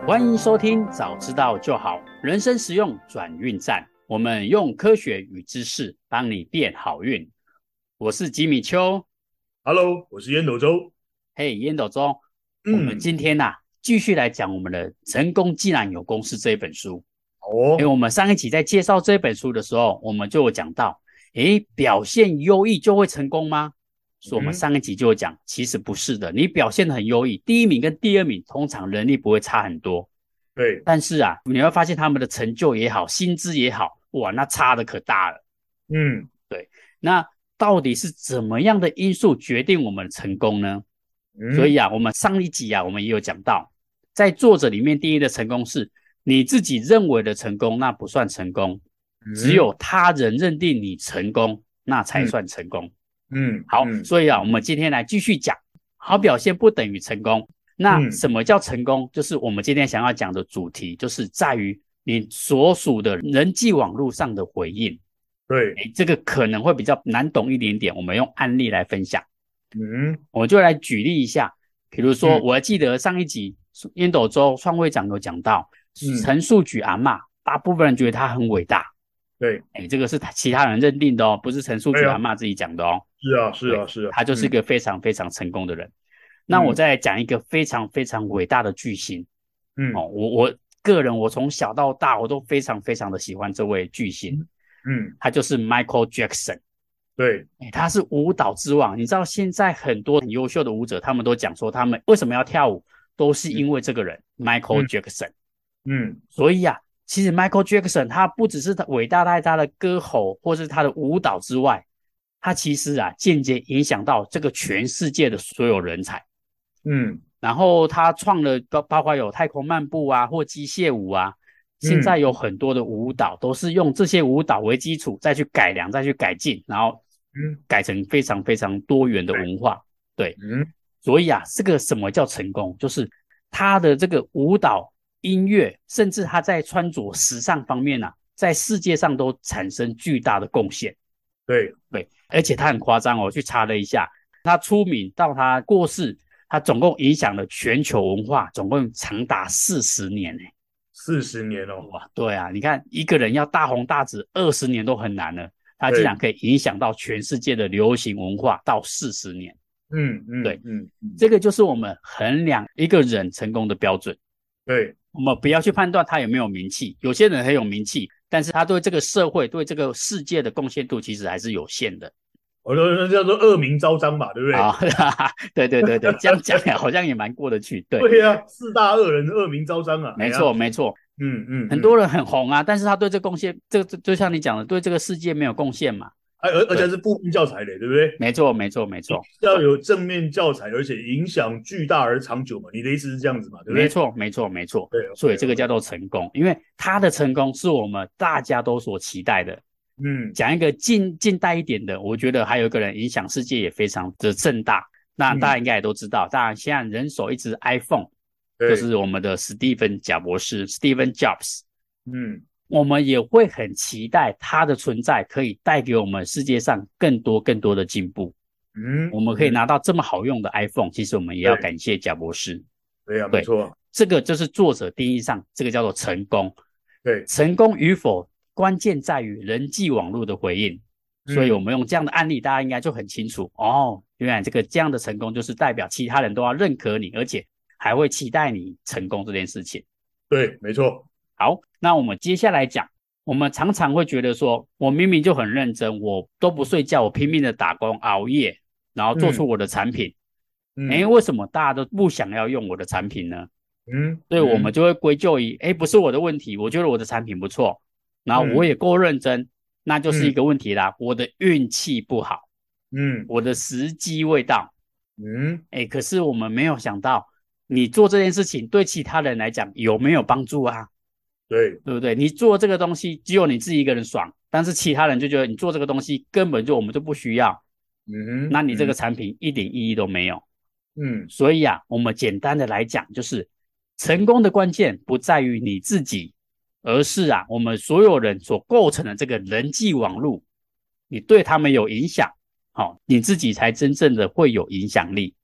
欢迎收听早知道就好，人生实用转运站。我们用科学与知识帮你变好运。我是吉米邱。 Hello，我是烟斗周。 嘿，烟斗周，我们嗯， 今天继续来讲我们的《成功既然有公式》这一本书。 好哦。 我们上一集在介绍这本书的时候，我们就有讲到，表现优异就会成功吗？所以我们嗯， 上一集就有讲，其实不是的。你表现得很优异，第一名跟第二名通常能力不会差很多， 对。 但是你会发现他们的成就也好，薪资也好，哇，那差的可大了。 嗯对，那到底是怎么样的因素决定我们的成功呢？所以嗯我们上一集我们也有讲到，在作者里面定义的成功是你自己认为的成功，那不算成功，只嗯有他人认定你成功，那才嗯算成功。好， 嗯嗯所以我们今天来继续讲，好表现不等于成功。那嗯， 什么叫成功？就是我们今天想要讲的主题，就是在于你所属的人际网络上的回应。 对。 这个可能会比较难懂一点点，我们用案例来分享。 嗯我就来举例一下，比如说， 嗯我还记得上一集烟斗周创会长有讲到， 嗯， 陈树举阿嬷，大部分人觉得他很伟大。 对。 这个是其他人认定的哦，不是陈树对啊， 举阿嬷自己讲的哦。 是啊，是对， 啊，是啊。 他就是一个非常非常成功的人。那我嗯再来讲一个非常非常伟大的巨星嗯哦，我个人我从小到大我都非常非常的喜欢这位巨星， 嗯嗯， 他就是 Michael Jackson。 对。 他是舞蹈之王，你知道现在很多很优秀的舞者，他们都讲说他们为什么要跳舞，都是因为这个人 Michael 嗯 Jackson。 嗯所以其实 Michael Jackson 他不只是他伟大在他的歌喉或是他的舞蹈之外，他其实间接影响到这个全世界的所有人才。 嗯然后他创了包括有太空漫步或机械舞现在嗯有很多的舞蹈都是用这些舞蹈为基础再去改良再去改进，然后嗯， 改成非常非常多元的对。 文化。对， 嗯所以这个什么叫成功，就是他的这个舞蹈音乐甚至他在穿着时尚方面在世界上都产生巨大的贡献。 对。 对，而且他很夸张哦，我去查了一下，他出名到他过世，他总共影响了全球文化，总共长达40年呢。 40年哦。 哇，对你看一个人要大红大紫20年都很难了，他竟然对。 可以影响到全世界的流行文化到40年。 嗯嗯对， 嗯嗯， 这个就是我们衡量一个人成功的标准。 对。 我们不要去判断他有没有名气，有些人很有名气，但是他对这个社会、对这个世界的贡献度其实还是有限的。 我说那叫做恶名昭彰嘛，对不对？ 啊，对对对对，这样讲好像也蛮过得去。对， 对呀，四大恶人恶名昭彰啊，哎没呀。 错没错， 嗯嗯嗯， 很多人很红但是他对这贡献，这就像你讲的，对这个世界没有贡献嘛。 而且对， 是负面教材的，对不对？ 没错没错没错要有正面教材，而且影响巨大而长久嘛。你的意思是这样子嘛？对不对？ 没错没错没错， 对所以 ，OK 这个叫 OK。 做成功，因为他的成功是我们大家都所期待的。 嗯讲一个近代一点的，我觉得还有一个人影响世界也非常的盛大，那大家嗯， 应该也都知道，当然现在人手一只 iPhone，就对。 是我们的史蒂芬贾博士 Stephen Jobs。 嗯我们也会很期待他的存在可以带给我们世界上更多更多的进步。我们可以嗯嗯， 拿到这么好用的 iPhone，其实我们也要对感谢贾博士。 对呀，没对， 错。 这个就是作者定义上，这个叫做成功。 对。 成功与否，关键在于人际网络的回应。所以我嗯， 们用这样的案例，大家应该就很清楚哦，原来这样的成功就是代表其他人都要认可你，而且还会期待你成功这件事情。 对，没错。 好，那我们接下来讲，我们常常会觉得说，我明明就很认真，我都不睡觉，我拼命的打工熬夜，然后做出嗯我的产品。 嗯为什么大家都不想要用我的产品呢？所以我们嗯就会归咎于，不是我的问题，我觉得我的产品不错，然后我嗯也够认真，那就是一嗯个问题啦。我的运气不好， 嗯我的时机未到。 嗯， 可是我们没有想到，你做这件事情对其他人来讲有没有帮助啊？ 对。 对不对？你做这个东西只有你自己一个人爽，但是其他人就觉得你做这个东西根本就我们就不需要，那你这个嗯产品一点意义都没有。 嗯所以我们简单的来讲，就是成功的关键不在于你自己，而是我们所有人所构成的这个人际网络，你对他们有影响，你自己才真正的会有影响力。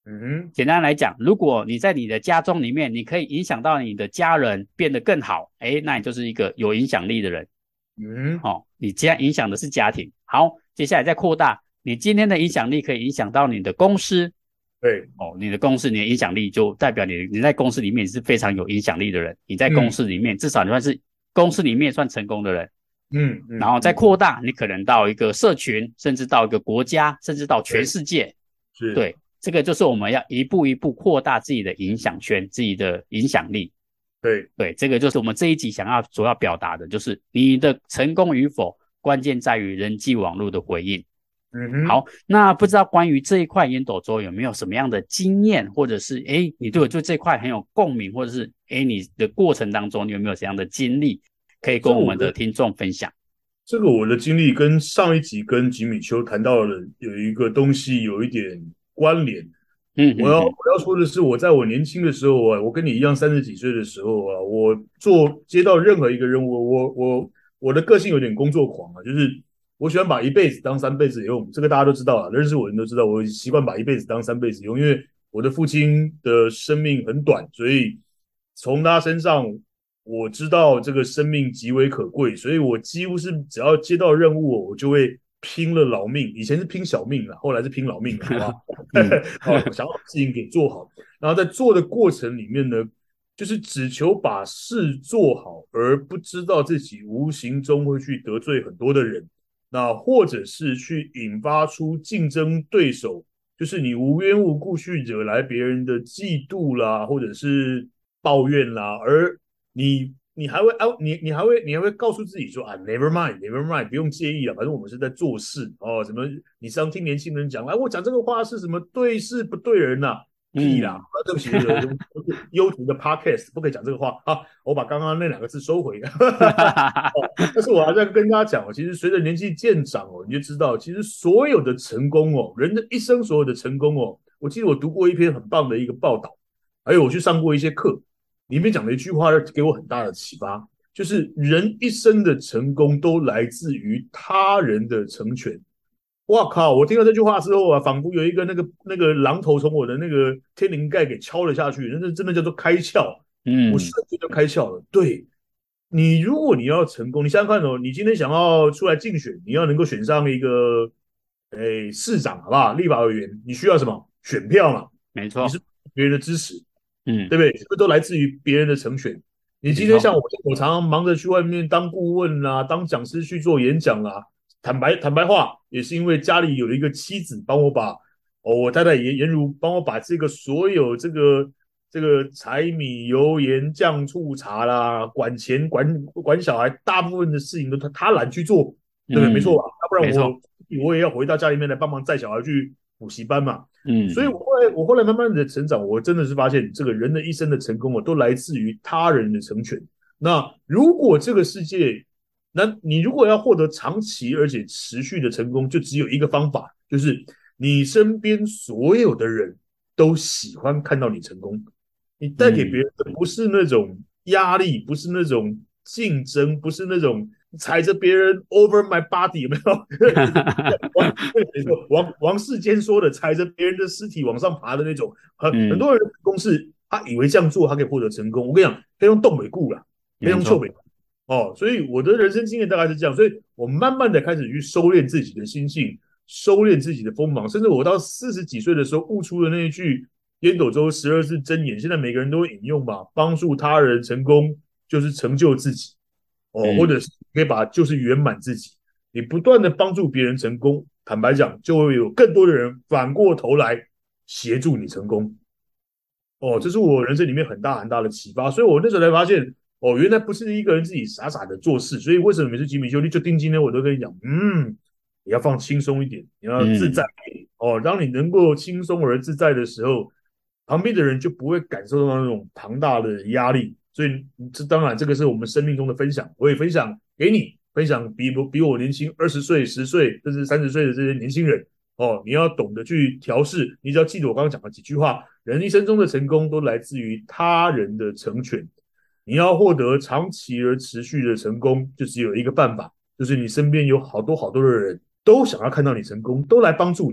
嗯哼， 简单来讲，如果你在你的家中里面，你可以影响到你的家人变得更好，那你就是一个有影响力的人。 嗯哼， 你既然影响的是家庭，好，接下来再扩大，你今天的影响力可以影响到你的公司。 对， 你的公司，你的影响力就代表你在公司里面是非常有影响力的人，你在公嗯司里面至少你算是公司里面算成功的人。然后再嗯嗯嗯， 扩大，你可能到一个社群，甚至到一个国家，甚至到全对， 世界。 是， 对，这个就是我们要一步一步扩大自己的影响圈，自己的影响力。 对， 对，这个就是我们这一集想要主要表达的，就是你的成功与否，关键在于人际网络的回应。 嗯哼。 好，那不知道关于这一块烟斗周有没有什么样的经验，或者是你对我对这块很有共鸣，或者是你的过程当中你有没有怎样的经历，可以跟我们的听众分享？ 这个我的经历跟上一集跟吉米丘谈到的有一个东西有一点关联。我要我嗯嗯嗯要说的是，我在我年轻的时候啊，我跟你一样30几岁的时候啊，我接到任何一个任务，我的个性有点工作狂啊，就是我喜欢把一辈子当3辈子用，这个大家都知道啊，认识我的人都知道，我习惯把一辈子当3辈子用，因为我的父亲的生命很短，所以从他身上我知道这个生命极为可贵，所以我几乎是只要接到任务，我就会拼了老命。以前是拼小命了，后来是拼老命了，好不好？ 嗯我想要把事情给做好，然后在做的过程里面呢，就是只求把事做好，而不知道自己无形中会去得罪很多的人，那或者是去引发出竞争对手，就是你无缘无故去惹来别人的嫉妒啦，或者是抱怨啦，而你还会你还会告诉自己说啊，never mind，never mind，不用介意啊，反正我们是在做事哦。什么？你常听年轻人讲，哎，我讲这个话是什么对事不对人呐、屁啦！ 嗯， 对不起，优图的 podcast 不可以讲这个话啊！我把刚刚那2个字收回。 哈哈哈哈但是我还在跟大家讲哦，其实随着年纪渐长哦，你就知道，其实所有的成功哦，人的一生所有的成功哦，我记得我读过一篇很棒的一个报道，还有我去上过一些课，里面讲了一句话，给我很大的启发，就是人一生的成功都来自于他人的成全。哇靠！我听到这句话之后啊，仿佛有一个那个榔头从我的那个天灵盖给敲了下去，那真的叫做开窍，我嗯瞬间就开窍了。对，你如果你要成功，你想想看哦，你今天想要出来竞选，你要能够选上一个市长，好不好？立法委员，你需要什么？选票嘛， 没错。 你是别人的支持， 嗯， 对不对？这个都来自于别人的成全。你没错。 今天像我常常忙着去外面当顾问啦、当讲师去做演讲啦。坦白话，也是因为家里有一个妻子帮我把我太太颜如帮我把这个所有这个柴米油盐酱醋茶啦，管钱管小孩，大部分的事情都他懒去做，对不对？没错嗯， 吧？要不然没错。 我也要回到家里面来帮忙载小孩去补习班嘛。所以嗯我后来慢慢的成长，我真的是发现，这个人的一生的成功都来自于他人的成全。那如果这个世界，那你如果要获得长期而且持续的成功，就只有一个方法，就是你身边所有的人都喜欢看到你成功，你带给别嗯， 人的不是那种压力，不是那种竞争，不是那种踩着别人 over my body，有没有？王世坚说的，踩着别人的尸体往上爬的那种，很嗯， 多人的公式，他以为这样做他可以获得成功。我跟你讲，非用动美固啦，非没错。 用臭美哦。所以我的人生经验大概是这样，所以我慢慢的开始去收敛自己的心性，收敛自己的锋芒，甚至我到40几岁的时候悟出了那一句烟斗周12字真言，现在每个人都会引用嘛，帮助他人成功就是成就自己哦，或嗯， 者是可以把就是圆满自己。你不断的帮助别人成功，坦白讲，就会有更多的人反过头来协助你成功。哦，这是我人生里面很大很大的启发，所以我那时候才发现，哦，原来不是一个人自己傻傻的做事。所以为什么每次吉米兄弟就盯今天我都跟你讲，你要放轻松一点，你要自在嗯， 一点。哦，当你能够轻松而自在的时候，旁边的人就不会感受到那种庞大的压力。所以这当然这个是我们生命中的分享，我也分享给你，分享比我年轻20岁、10岁甚至30岁的这些年轻人。哦，你要懂得去调试，你只要记得我刚刚讲的几句话，人一生中的成功都来自于他人的成全。你要获得长期而持续的成功，就只有一个办法，就是你身边有好多好多的人都想要看到你成功，都来帮助你。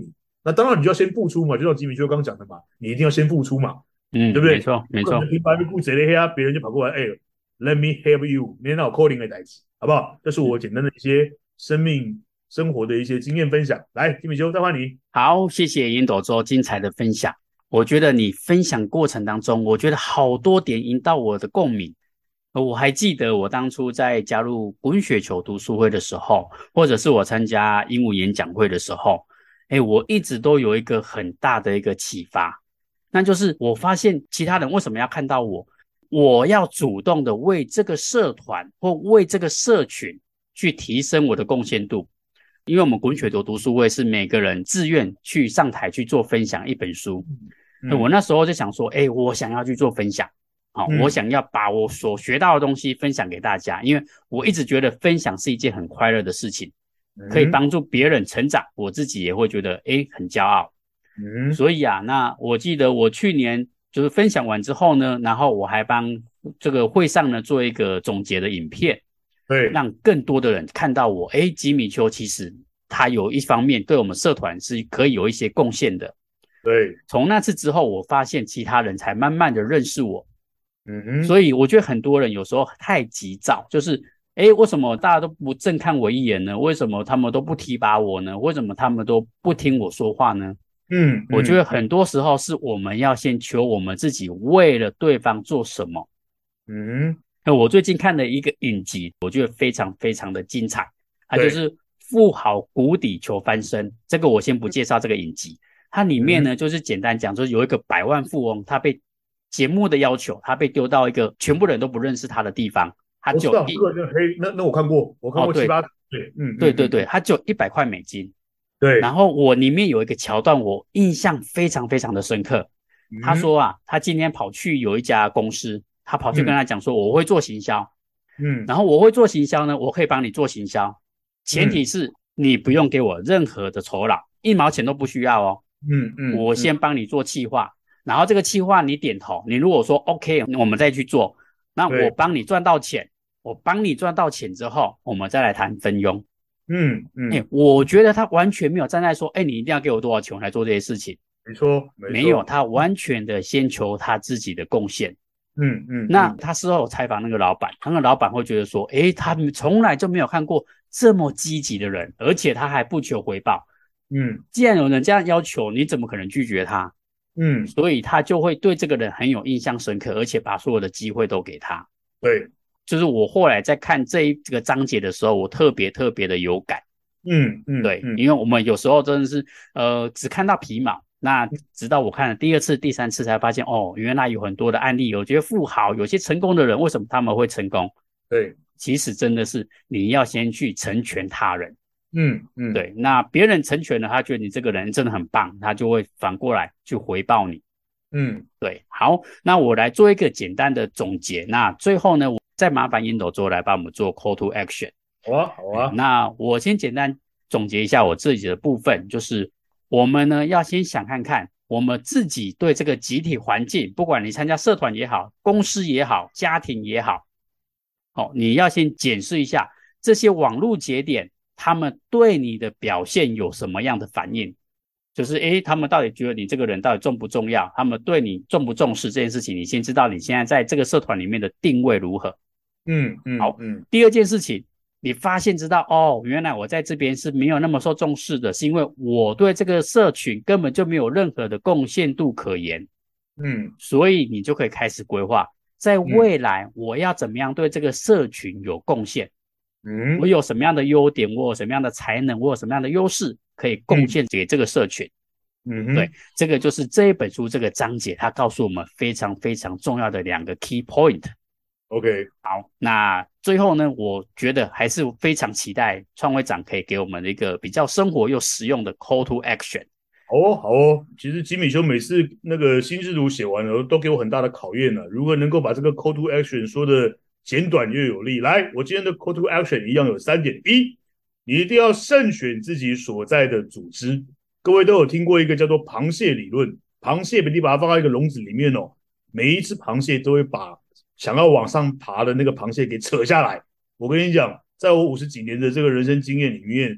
那当然你就要先付出嘛，就像吉米邱刚讲的嘛，你一定要先付出嘛，对不对？ 没错，没错。 不可能平白无故谁的黑别人就跑过来，let me help you，你那有 coding 的代志，好不好？这是我简单的一些生活的一些经验分享。来，吉米邱，再换你。 好，谢谢烟斗周精彩的分享。我觉得你分享过程当中，我觉得好多点引到我的共鸣。我还记得我当初在加入滚雪球读书会的时候，或者是我参加英文演讲会的时候，我一直都有一个很大的一个启发，那就是我发现其他人为什么要看到我，我要主动的为这个社团或为这个社群去提升我的贡献度。因为我们滚雪球读书会是每个人自愿去上台去做分享一本书，我那时候就想说，我想要去做分享，我想要把我所学到的东西分享给大家，因为我一直觉得分享是一件很快乐的事情，可以帮助别人成长，我自己也会觉得很骄傲。所以啊，那我记得我去年就是分享完之后呢，然后我还帮这个会上呢做一个总结的影片， 对， 让更多的人看到我，吉米邱其实他有一方面对我们社团是可以有一些贡献的。 对， 从那次之后，我发现其他人才慢慢的认识我。所以我觉得很多人有时候太急躁，就是为什么大家都不正看我一眼呢？为什么他们都不提拔我呢？为什么他们都不听我说话呢？我觉得很多时候是我们要先求我们自己为了对方做什么。我最近看了一个影集，我觉得非常非常的精彩，它就是富豪谷底求翻身。这个我先不介绍这个影集，它里面呢就是简单讲，就是有一个百万富翁，他被节目的要求，他被丢到一个全部人都不认识他的地方，他就我知道这个黑，那我看过，我看过7、8， 对，他就$100。 对， 然后我里面有一个桥段，我印象非常非常的深刻。他说啊，他今天跑去有一家公司，他跑去跟他讲说，我会做行销，然后我会做行销呢，我可以帮你做行销，前提是你不用给我任何的酬劳，1毛钱都不需要哦。我先帮你做企划，然后这个企划你点头，你如果说 OK， 我们再去做，那我帮你赚到钱，我帮你赚到钱之后，我们再来谈分佣。我觉得他完全没有站在说，你一定要给我多少钱来做这些事情。 没错， 没有，他完全的先求他自己的贡献。那他事后采访那个老板，那个老板会觉得说，他从来就没有看过这么积极的人，而且他还不求回报。既然有人这样要求，你怎么可能拒绝他？所以他就会对这个人很有印象深刻，而且把所有的机会都给他。 对， 就是我后来在看这个章节的时候，我特别特别的有感。对，因为我们有时候真的是只看到皮毛，那直到我看了第2次、第3次才发现，原来有很多的案例，我觉得富豪有些成功的人，为什么他们会成功？ 对， 其实真的是你要先去成全他人。对，那别人成全了，他觉得你这个人真的很棒，他就会反过来去回报你。对，好，那我来做一个简单的总结。那最后呢，我再麻烦烟斗周来帮我们做 call to action。 好啊。 那我先简单总结一下我自己的部分，就是我们呢要先想看看我们自己对这个集体环境，不管你参加社团也好，公司也好，家庭也好，你要先检视一下这些网络节点，他们对你的表现有什么样的反应。就是他们到底觉得你这个人到底重不重要，他们对你重不重视这件事情，你先知道你现在在这个社团里面的定位如何。好，第二件事情，你发现知道原来我在这边是没有那么受重视的，是因为我对这个社群根本就没有任何的贡献度可言。所以你就可以开始规划，在未来我要怎么样对这个社群有贡献。我有什么样的优点，我有什么样的才能，我有什么样的优势可以贡献给这个社群。对，这个就是这一本书这个章节它告诉我们非常非常重要的2个 key point。OK， 好，那最后呢，我觉得还是非常期待创会长可以给我们一个比较生活又实用的 call to action。 好哦，其实吉米邱每次那个心智图写完了，都给我很大的考验了。如何能够把这个 call to action 说的简短又有力？来，我今天的 call to action 一样有3点：一，你一定要慎选自己所在的组织。各位都有听过一个叫做螃蟹理论，螃蟹你把它放在一个笼子里面每一只螃蟹都会把想要往上爬的那个螃蟹给扯下来。我跟你讲，在我50几年的这个人生经验里面，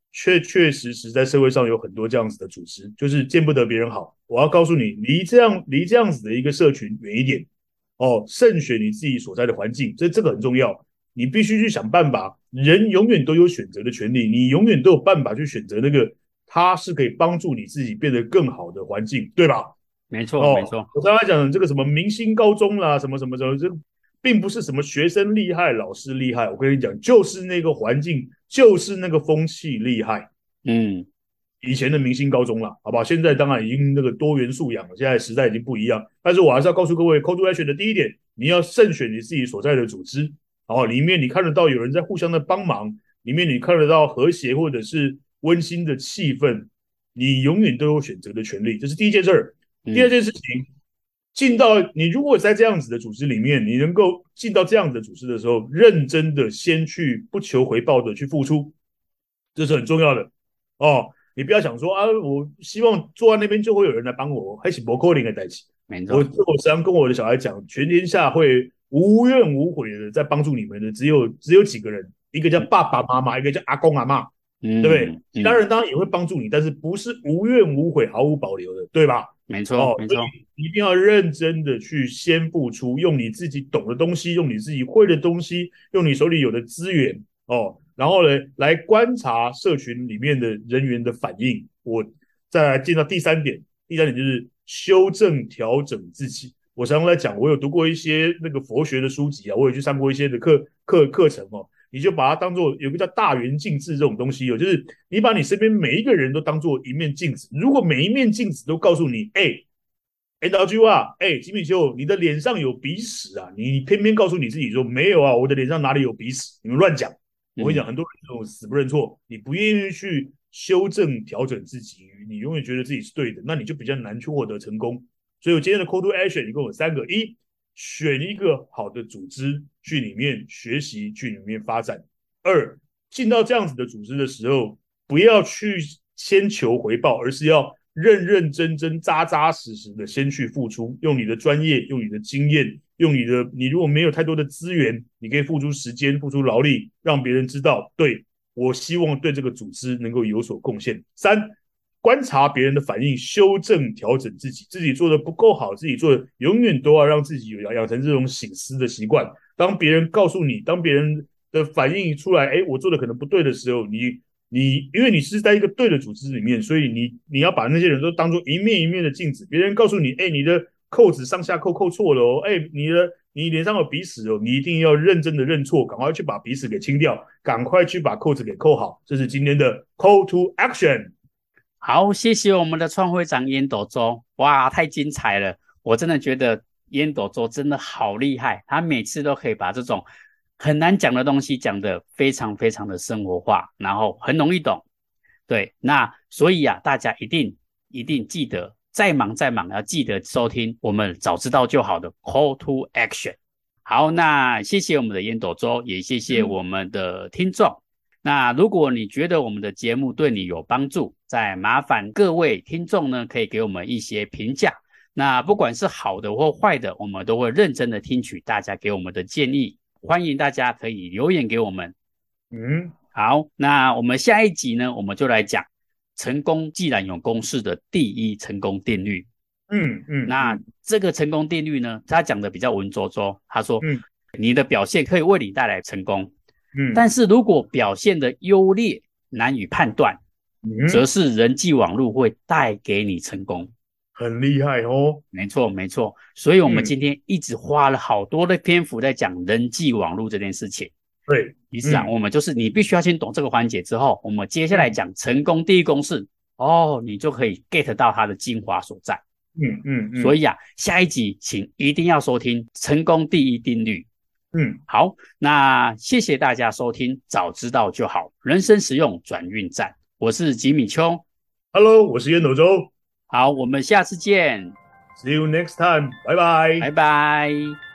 确确实实在社会上有很多这样子的组织，就是见不得别人好。我要告诉你，离这样子的一个社群远一点哦，慎选你自己所在的环境，这个很重要。你必须去想办法，人永远都有选择的权利，你永远都有办法去选择那个它是可以帮助你自己变得更好的环境，对吧？ 没错，没哦， 错， 我刚才讲这个什么明星高中啦，什么什么什么，这并不是什么学生厉害、老师厉害，我跟你讲，就是那个环境，就是那个风气厉害。 嗯， 以前的明星高中了，好不好？现在当然已经那个多元素养了，现在时代已经不一样。但是我还是要告诉各位，Call to Action 的第一点，你要慎选你自己所在的组织，哦，里面你看得到有人在互相的帮忙，里面你看得到和谐或者是温馨的气氛，你永远都有选择的权利，这是第一件事儿。第二嗯， 件事情，进到你如果在这样子的组织里面，你能够进到这样子的组织的时候，认真的先去不求回报的去付出，这是很重要的哦。你不要想说啊，我希望坐在那边就会有人来帮我，还是不可能的代志。我没错， 我时常跟我的小孩讲，全天下会无怨无悔的在帮助你们的，只有几个人，一个叫爸爸妈妈，一个叫阿公阿妈，对不对？其他嗯嗯， 人当然也会帮助你，但是不是无怨无悔、毫无保留的，对吧？ 没错， 哦， 没错， 所以一定要认真的去先付出，用你自己懂的东西，用你自己会的东西，用你手里有的资源哦，然后呢，来观察社群里面的人员的反应。我再来进到第三点，第三点就是修正调整自己。我常常来讲，我有读过一些那个佛学的书籍啊，我有去上过一些的课程哦。你就把它当做有个叫大圆镜智这种东西哦，就是你把你身边每一个人都当做一面镜子，如果每一面镜子都告诉你，哎，老朱啊，哎，吉米修，你的脸上有鼻屎啊！你偏偏告诉你自己说没有啊，我的脸上哪里有鼻屎？你们乱讲！我跟你讲， 嗯， 很多人这种死不认错，你不愿意去修正调整自己，你永远觉得自己是对的，那你就比较难去获得成功。所以我今天的 call to action 一共有三个：一，选一个好的组织去里面学习，去里面发展；二，进到这样子的组织的时候，不要去先求回报，而是要认认真真、扎扎实实的先去付出，用你的专业，用你的经验，用你如果没有太多的资源，你可以付出时间、付出劳力，让别人知道，对，我希望对这个组织能够有所贡献。三，观察别人的反应，修正调整自己，自己做的不够好，自己做的永远都要让自己有养成这种省思的习惯。当别人告诉你，当别人的反应出来，哎，我做的可能不对的时候，因为你是在一个对的组织里面，所以你要把那些人都当做一面一面的镜子。别人告诉你，哎，你的扣子上下扣错了哦，哎，你脸上有鼻屎哦，你一定要认真的认错，赶快去把鼻屎给清掉，赶快去把扣子给扣好。这是今天的 call to action。 好，谢谢我们的创会长烟斗周，哇，太精彩了！我真的觉得烟斗周真的好厉害，他每次都可以把这种很难讲的东西讲得非常非常的生活化，然后很容易懂。对，那所以啊，大家一定记得，再忙再忙要记得收听我们早知道就好的 Call to Action。好，那谢谢我们的烟斗周，也谢谢我们的听众。那如果你觉得我们的节目对你有帮助，再麻烦各位听众呢，可以给我们一些评价。那不管是好的或坏的，我们都会认真的听取大家给我们的建议。欢迎大家可以留言给我们。 嗯好，那我们下一集呢，我们就来讲成功既然有公式的第一成功定律。那嗯这个成功定律呢，他讲的比较文绉绉，他说嗯你的表现可以为你带来成功， 嗯但是如果表现的优劣难以判断，则嗯， 是人际网络会带给你成功。 很厉害哦。 没错，没错。所以我们嗯， 今天一直花了好多的篇幅在讲人际网络这件事情。 对， 其实啊，我们就是你必须要先懂这个环节之后，我们接下来嗯讲成功第一公式，哦，你就可以 get 到它的精华所在。所以啊，下一集请一定要收听成功第一定律。 嗯好，那谢谢大家收听，早知道就好，人生实用转运站，我是吉米秋。 ，Hello，我是烟斗周好，我们下次见， ，See you next time，拜拜。 拜拜。